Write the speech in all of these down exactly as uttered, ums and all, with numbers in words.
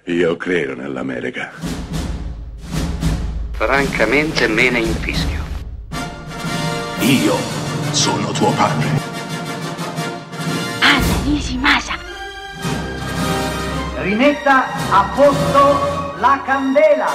Io credo nell'America. Francamente me ne infischio. Io sono tuo padre. Anna Nishimasa. Rimetta a posto la candela.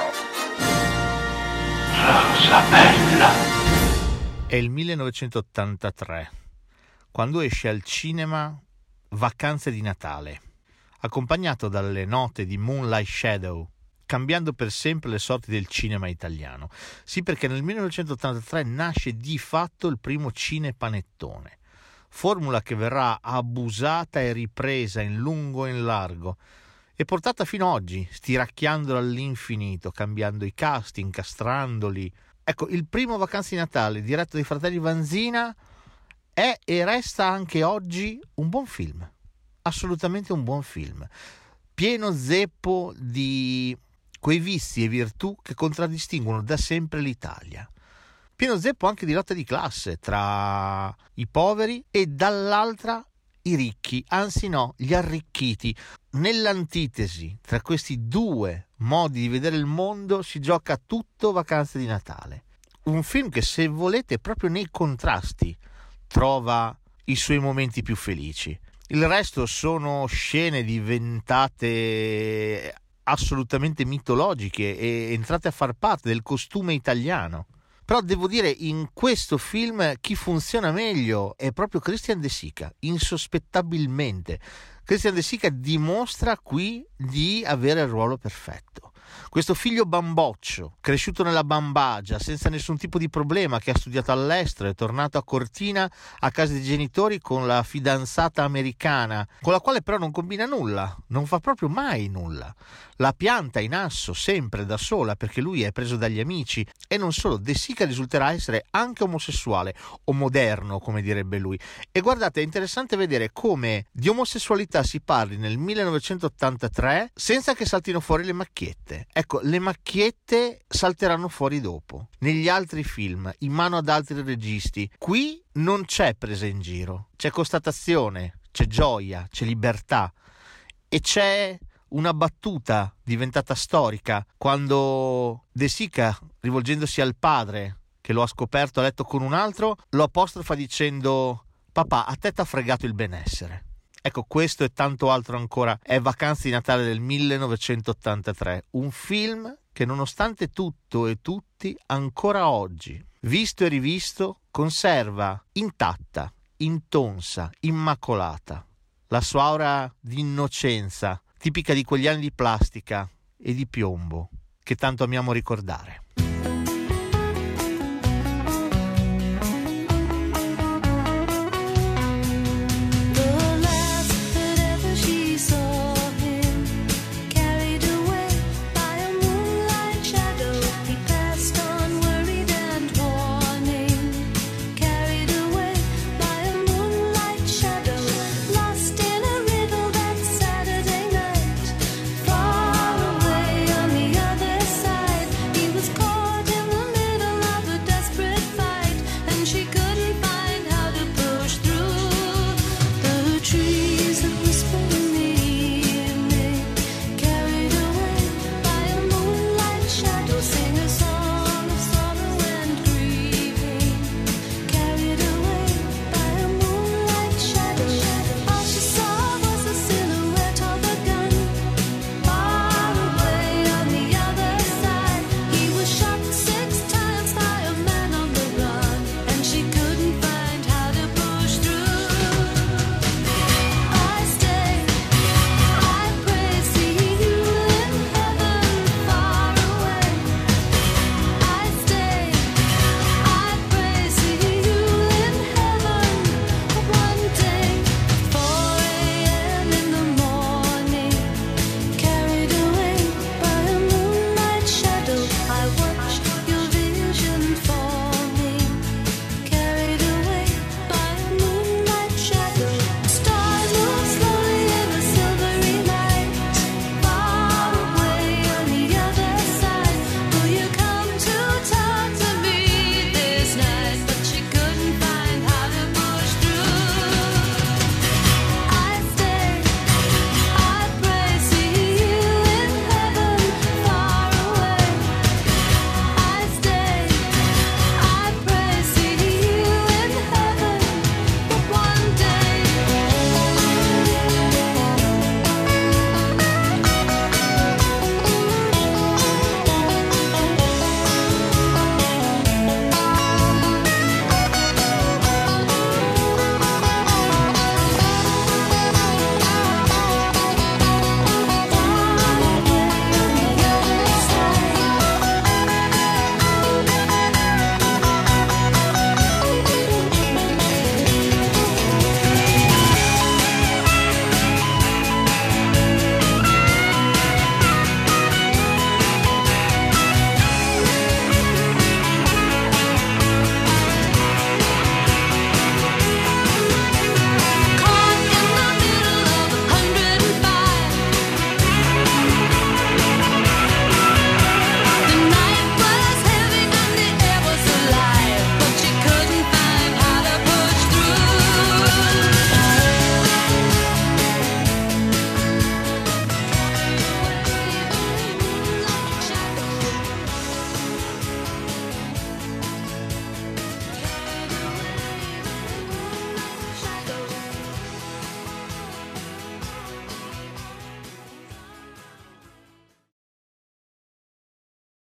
Rosa bella. È il millenovecentottantatré, quando esce al cinema Vacanze di Natale, accompagnato dalle note di Moonlight Shadow, cambiando per sempre le sorti del cinema italiano. Sì, perché nel millenovecentottantatré nasce di fatto il primo cinepanettone, formula che verrà abusata e ripresa in lungo e in largo e portata fino ad oggi, stiracchiandola all'infinito, cambiando i cast, incastrandoli. Ecco, il primo Vacanze di Natale, diretto dai fratelli Vanzina, è e resta anche oggi un buon film, assolutamente un buon film, pieno zeppo di quei vizi e virtù che contraddistinguono da sempre l'Italia, pieno zeppo anche di lotta di classe tra i poveri e dall'altra i ricchi, anzi no, gli arricchiti. Nell'antitesi tra questi due modi di vedere il mondo si gioca tutto Vacanze di Natale, un film che, se volete, proprio nei contrasti trova i suoi momenti più felici. Il resto sono scene diventate assolutamente mitologiche e entrate a far parte del costume italiano. Però devo dire, in questo film chi funziona meglio è proprio Christian De Sica, insospettabilmente. Christian De Sica dimostra qui di avere il ruolo perfetto. Questo figlio bamboccio, cresciuto nella Bambagia, senza nessun tipo di problema, che ha studiato all'estero, è tornato a Cortina a casa dei genitori con la fidanzata americana, con la quale però non combina nulla, non fa proprio mai nulla. La pianta in asso sempre da sola perché lui è preso dagli amici. E non solo, De Sica risulterà essere anche omosessuale, o moderno come direbbe lui. E guardate, è interessante vedere come di omosessualità si parli nel millenovecentottantatré senza che saltino fuori le macchiette. Ecco, le macchiette salteranno fuori dopo, negli altri film, in mano ad altri registi. Qui non c'è presa in giro, c'è constatazione, c'è gioia, c'è libertà e c'è una battuta diventata storica quando De Sica, rivolgendosi al padre che lo ha scoperto a letto con un altro, lo apostrofa dicendo: papà, a te t'ha fregato il benessere. Ecco, questo e tanto altro ancora è Vacanze di Natale del millenovecentottantatré, un film che nonostante tutto e tutti, ancora oggi, visto e rivisto, conserva intatta, intonsa, immacolata la sua aura di innocenza, tipica di quegli anni di plastica e di piombo che tanto amiamo ricordare.